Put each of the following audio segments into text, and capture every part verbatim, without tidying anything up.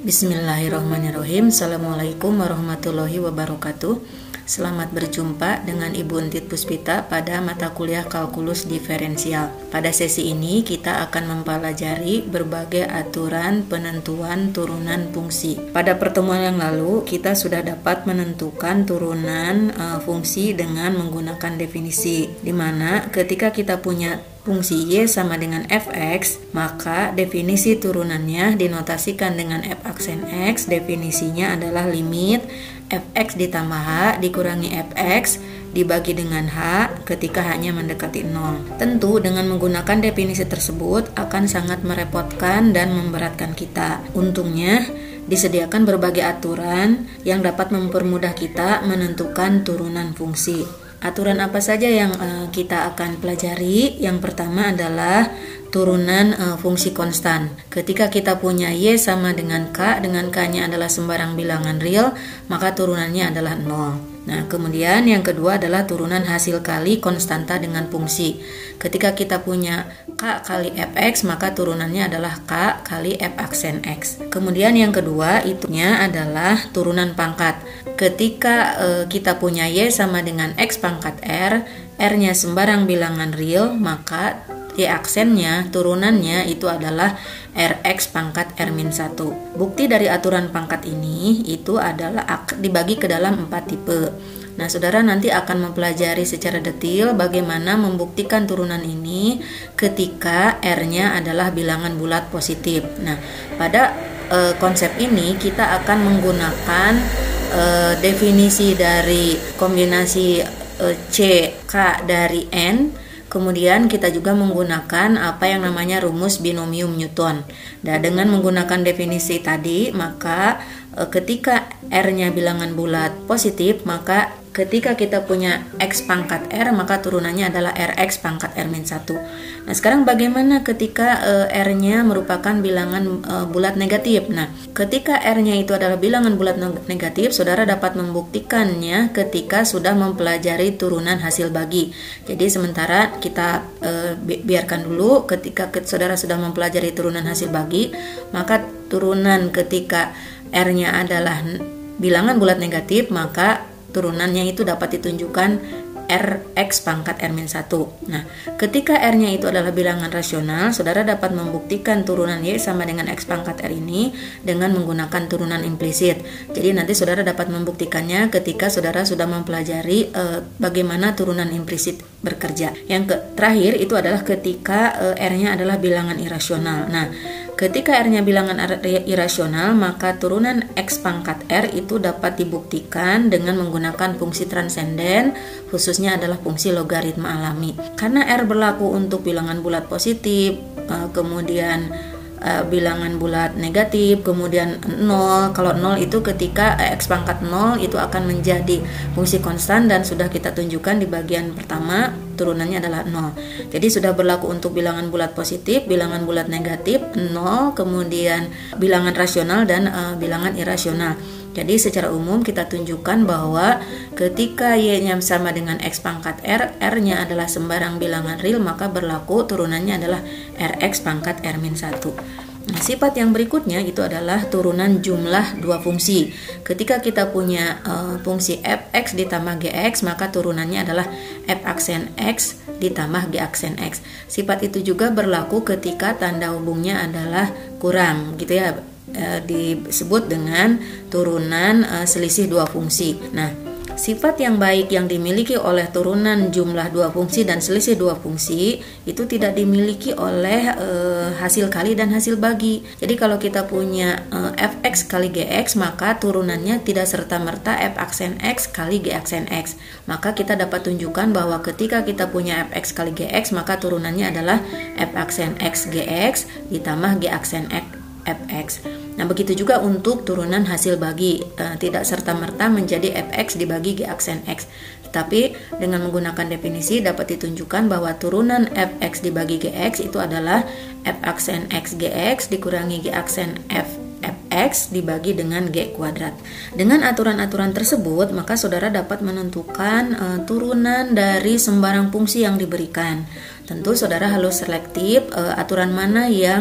Bismillahirrahmanirrahim. Assalamualaikum warahmatullahi wabarakatuh. Selamat berjumpa dengan Ibu Entit Puspita pada mata kuliah kalkulus diferensial. Pada sesi ini kita akan mempelajari berbagai aturan penentuan turunan fungsi. Pada pertemuan yang lalu kita sudah dapat menentukan turunan uh, fungsi dengan menggunakan definisi, di mana ketika kita punya fungsi y sama dengan fx, maka definisi turunannya dinotasikan dengan f aksen x. Definisinya adalah limit fx ditambah h dikurangi fx dibagi dengan h ketika h-nya mendekati nol. Tentu dengan menggunakan definisi tersebut akan sangat merepotkan dan memberatkan kita. Untungnya disediakan berbagai aturan yang dapat mempermudah kita menentukan turunan fungsi. Aturan apa saja yang uh, kita akan pelajari? Yang pertama adalah turunan uh, fungsi konstan. Ketika kita punya y sama dengan k, dengan k-nya adalah sembarang bilangan real, maka turunannya adalah nol. Nah, kemudian yang kedua adalah turunan hasil kali konstanta dengan fungsi. Ketika kita punya k kali fx, maka turunannya adalah k kali f aksen x. Kemudian yang kedua itunya adalah turunan pangkat. Ketika e, kita punya y sama dengan x pangkat r, r-nya sembarang bilangan real, maka y aksennya, turunannya itu adalah rx pangkat r min satu. Bukti dari aturan pangkat ini itu adalah dibagi ke dalam empat tipe. Nah, saudara nanti akan mempelajari secara detail bagaimana membuktikan turunan ini ketika r-nya adalah bilangan bulat positif. Nah, pada e, konsep ini kita akan menggunakan e, definisi dari kombinasi e, C K dari N. Kemudian kita juga menggunakan apa yang namanya rumus binomium Newton. Nah, dengan menggunakan definisi tadi, maka e, ketika R-nya bilangan bulat positif, maka ketika kita punya X pangkat R, maka turunannya adalah Rx pangkat R min satu. Nah, sekarang bagaimana ketika e, R-nya merupakan bilangan e, bulat negatif? Nah, ketika R-nya itu adalah bilangan bulat negatif, saudara dapat membuktikannya ketika sudah mempelajari turunan hasil bagi. Jadi sementara kita e, bi- biarkan dulu, ketika ke, saudara sudah mempelajari turunan hasil bagi, maka turunan ketika R-nya adalah bilangan bulat negatif, maka turunannya itu dapat ditunjukkan Rx pangkat R min satu. Nah, ketika R-nya itu adalah bilangan rasional, saudara dapat membuktikan turunan Y sama dengan X pangkat R ini dengan menggunakan turunan implisit. Jadi nanti saudara dapat membuktikannya ketika saudara sudah mempelajari e, bagaimana turunan implisit bekerja. Yang ke, terakhir itu adalah ketika e, R-nya adalah bilangan irasional. Nah, ketika R-nya bilangan irasional, maka turunan X pangkat R itu dapat dibuktikan dengan menggunakan fungsi transenden, khususnya adalah fungsi logaritma alami. Karena R berlaku untuk bilangan bulat positif, kemudian bilangan bulat negatif, kemudian nol. Kalau nol itu ketika X pangkat nol itu akan menjadi fungsi konstan dan sudah kita tunjukkan di bagian pertama turunannya adalah nol. Jadi sudah berlaku untuk bilangan bulat positif, bilangan bulat negatif, nol, kemudian bilangan rasional dan uh, bilangan irasional. Jadi secara umum kita tunjukkan bahwa ketika Y-nya sama dengan X pangkat R, R-nya adalah sembarang bilangan real, maka berlaku turunannya adalah Rx pangkat R min satu. Nah, sifat yang berikutnya itu adalah turunan jumlah dua fungsi. Ketika kita punya uh, fungsi fx ditambah gx, maka turunannya adalah f aksen x ditambah g aksen x. Sifat itu juga berlaku ketika tanda hubungnya adalah kurang, gitu ya. E, disebut dengan turunan e, selisih dua fungsi. Nah, sifat yang baik yang dimiliki oleh turunan jumlah dua fungsi dan selisih dua fungsi itu tidak dimiliki oleh e, hasil kali dan hasil bagi. Jadi kalau kita punya e, fx kali gx, maka turunannya tidak serta-merta f aksen x kali g aksen x. Maka kita dapat tunjukkan bahwa ketika kita punya fx kali gx, maka turunannya adalah f aksen x gx ditambah g aksen x fx. Nah, begitu juga untuk turunan hasil bagi, e, tidak serta-merta menjadi fx dibagi g aksen x. Tetapi dengan menggunakan definisi dapat ditunjukkan bahwa turunan fx dibagi gx itu adalah f aksen x gx dikurangi g aksen f fx dibagi dengan g kuadrat. Dengan aturan-aturan tersebut, maka saudara dapat menentukan e, turunan dari sembarang fungsi yang diberikan. Tentu saudara harus selektif e, aturan mana yang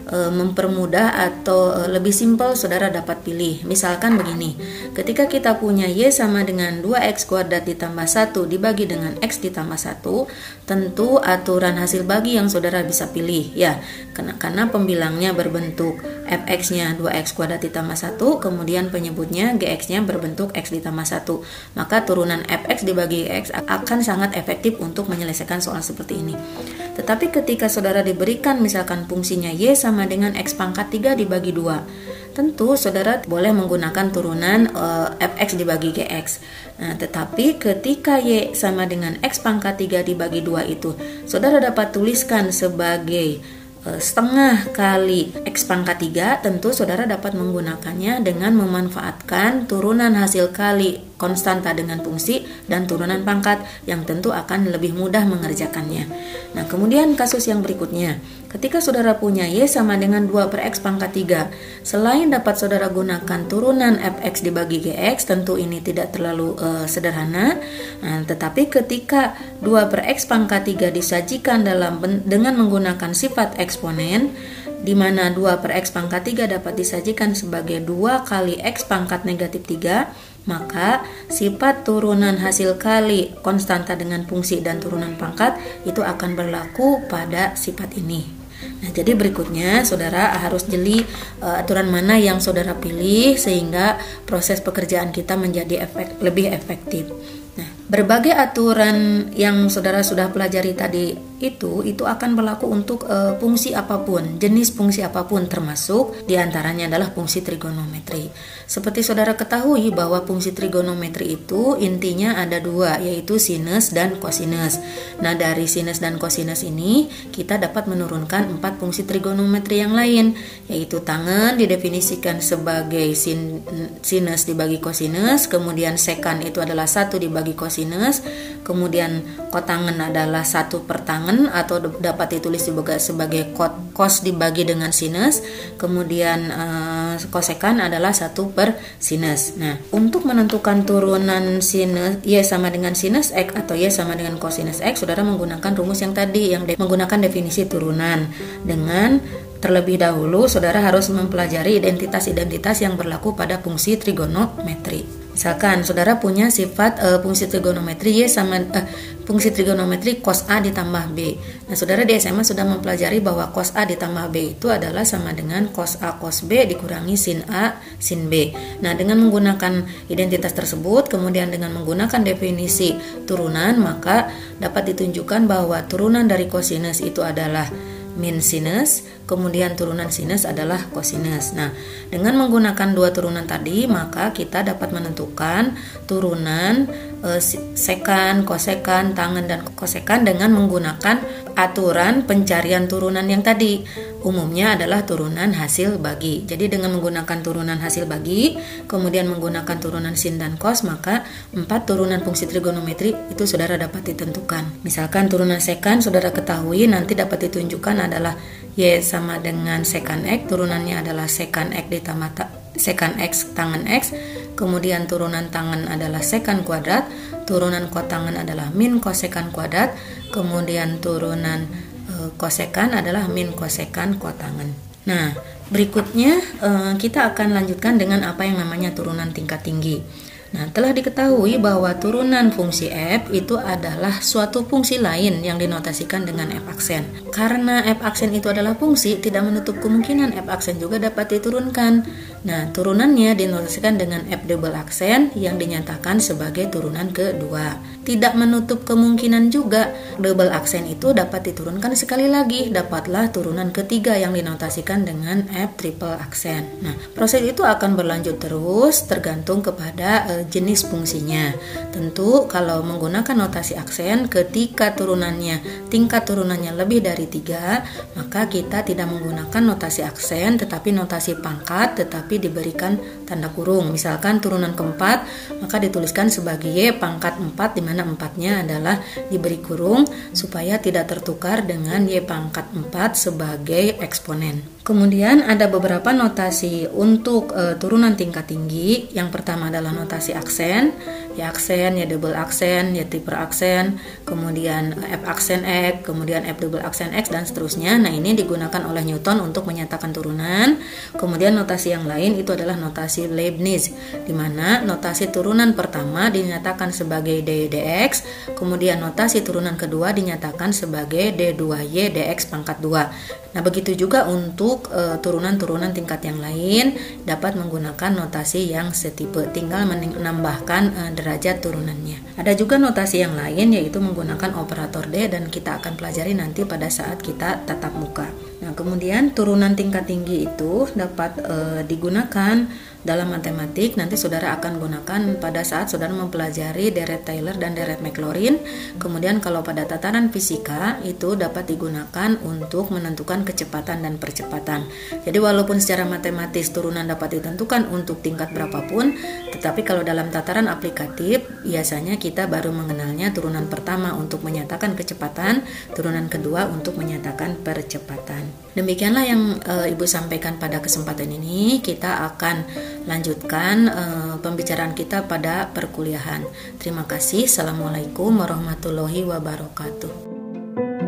e, mempermudah atau e, lebih simpel, saudara dapat pilih. Misalkan begini, ketika kita punya Y sama dengan dua X kuadrat ditambah satu dibagi dengan X ditambah satu, tentu aturan hasil bagi yang saudara bisa pilih ya, karena, karena pembilangnya berbentuk f(x)-nya dua X kuadrat ditambah satu, kemudian penyebutnya Gx-nya berbentuk X ditambah satu, maka turunan f(x) dibagi X akan sangat efektif untuk menyelesaikan soal seperti ini. Tetapi ketika saudara diberikan misalkan fungsinya Y sama dengan X pangkat tiga dibagi dua, tentu saudara boleh menggunakan turunan e, f(x) dibagi Gx. Nah, tetapi ketika Y sama dengan X pangkat tiga dibagi dua itu, saudara dapat tuliskan sebagai e, setengah kali X pangkat tiga, tentu saudara dapat menggunakannya dengan memanfaatkan turunan hasil kali konstanta dengan fungsi dan turunan pangkat yang tentu akan lebih mudah mengerjakannya. Nah, kemudian kasus yang berikutnya, ketika saudara punya Y sama dengan dua per X pangkat tiga, selain dapat saudara gunakan turunan f(x) dibagi Gx, tentu ini tidak terlalu uh, sederhana. Nah, tetapi ketika dua per X pangkat tiga disajikan dalam dengan menggunakan sifat eksponen, di mana dua per X pangkat tiga dapat disajikan sebagai dua kali X pangkat negatif tiga, maka sifat turunan hasil kali konstanta dengan fungsi dan turunan pangkat itu akan berlaku pada sifat ini. Nah, jadi berikutnya saudara harus jeli uh, aturan mana yang saudara pilih sehingga proses pekerjaan kita menjadi efek, lebih efektif. Nah, berbagai aturan yang saudara sudah pelajari tadi itu itu akan berlaku untuk e, fungsi apapun, jenis fungsi apapun, termasuk diantaranya adalah fungsi trigonometri. Seperti saudara ketahui bahwa fungsi trigonometri itu intinya ada dua, yaitu sinus dan kosinus. Nah, dari sinus dan kosinus ini kita dapat menurunkan empat fungsi trigonometri yang lain, yaitu tangen didefinisikan sebagai sin, sinus dibagi kosinus, kemudian sekan itu adalah satu dibagi kosinus, kemudian kotangen adalah satu per tangen atau dapat ditulis juga sebagai cos dibagi dengan sinus, kemudian eh, kosekan adalah satu per sinus. Nah, untuk menentukan turunan sinus Y sama dengan sinus X atau Y sama dengan kosinus X, saudara menggunakan rumus yang tadi yang de- menggunakan definisi turunan. Dengan terlebih dahulu saudara harus mempelajari identitas-identitas yang berlaku pada fungsi trigonometri. Misalkan saudara punya sifat uh, fungsi trigonometri Y sama uh, fungsi trigonometri cos A ditambah B. Nah, saudara di S M A sudah mempelajari bahwa cos A ditambah B itu adalah sama dengan cos A cos B dikurangi sin A sin B. Nah, dengan menggunakan identitas tersebut, kemudian dengan menggunakan definisi turunan, maka dapat ditunjukkan bahwa turunan dari kosinus itu adalah min sinus, kemudian turunan sinus adalah kosinus. Nah, dengan menggunakan dua turunan tadi, maka kita dapat menentukan turunan e, sekan, kosekan, tangen, dan kosekan dengan menggunakan aturan pencarian turunan yang tadi. Umumnya adalah turunan hasil bagi. Jadi dengan menggunakan turunan hasil bagi, kemudian menggunakan turunan sin dan cos, maka empat turunan fungsi trigonometri itu saudara dapat ditentukan. Misalkan turunan sekan saudara ketahui nanti dapat ditunjukkan adalah Y sama dengan sekan X, turunannya adalah sekan X ditambah ta- sekan X tangen X, kemudian turunan tangen adalah sekan kuadrat, turunan kotangen adalah min kosekan kuadrat, kemudian turunan e, kosekan adalah min kosekan kotangen. Nah, berikutnya e, kita akan lanjutkan dengan apa yang namanya turunan tingkat tinggi. Nah, telah diketahui bahwa turunan fungsi f itu adalah suatu fungsi lain yang dinotasikan dengan f aksen. Karena f aksen itu adalah fungsi, tidak menutup kemungkinan f aksen juga dapat diturunkan. Nah, turunannya dinotasikan dengan f double aksen yang dinyatakan sebagai turunan kedua. Tidak menutup kemungkinan juga double aksen itu dapat diturunkan sekali lagi, dapatlah turunan ketiga yang dinotasikan dengan f triple aksen. Nah, proses itu akan berlanjut terus tergantung kepada e, jenis fungsinya. Tentu kalau menggunakan notasi aksen, ketika turunannya tingkat turunannya lebih dari tiga, maka kita tidak menggunakan notasi aksen tetapi notasi pangkat, tetapi diberikan tanda kurung. Misalkan turunan keempat, maka dituliskan sebagai Y pangkat empat, di mana empatnya adalah diberi kurung supaya tidak tertukar dengan Y pangkat empat sebagai eksponen. Kemudian ada beberapa notasi untuk e, turunan tingkat tinggi. Yang pertama adalah notasi aksen, ya aksen, ya double aksen, ya triple aksen, kemudian F aksen X, kemudian F double aksen X dan seterusnya. Nah, ini digunakan oleh Newton untuk menyatakan turunan. Kemudian notasi yang lain itu adalah notasi Leibniz, di mana notasi turunan pertama dinyatakan sebagai d dx, kemudian notasi turunan kedua dinyatakan sebagai d dua y dx pangkat dua. Nah, begitu juga untuk e, turunan-turunan tingkat yang lain dapat menggunakan notasi yang setipe, tinggal menambahkan e, derajat turunannya. Ada juga notasi yang lain yaitu menggunakan operator D dan kita akan pelajari nanti pada saat kita tatap muka. Nah, kemudian turunan tingkat tinggi itu dapat e, digunakan dalam matematik. Nanti saudara akan gunakan pada saat saudara mempelajari deret Taylor dan deret Maclaurin. Kemudian kalau pada tataran fisika itu dapat digunakan untuk menentukan kecepatan dan percepatan. Jadi walaupun secara matematis turunan dapat ditentukan untuk tingkat berapapun, tetapi kalau dalam tataran aplikatif biasanya kita baru mengenalnya turunan pertama untuk menyatakan kecepatan, turunan kedua untuk menyatakan percepatan. Demikianlah yang e, Ibu sampaikan pada kesempatan ini. Kita akan lanjutkan e, pembicaraan kita pada perkuliahan. Terima kasih. Assalamualaikum warahmatullahi wabarakatuh.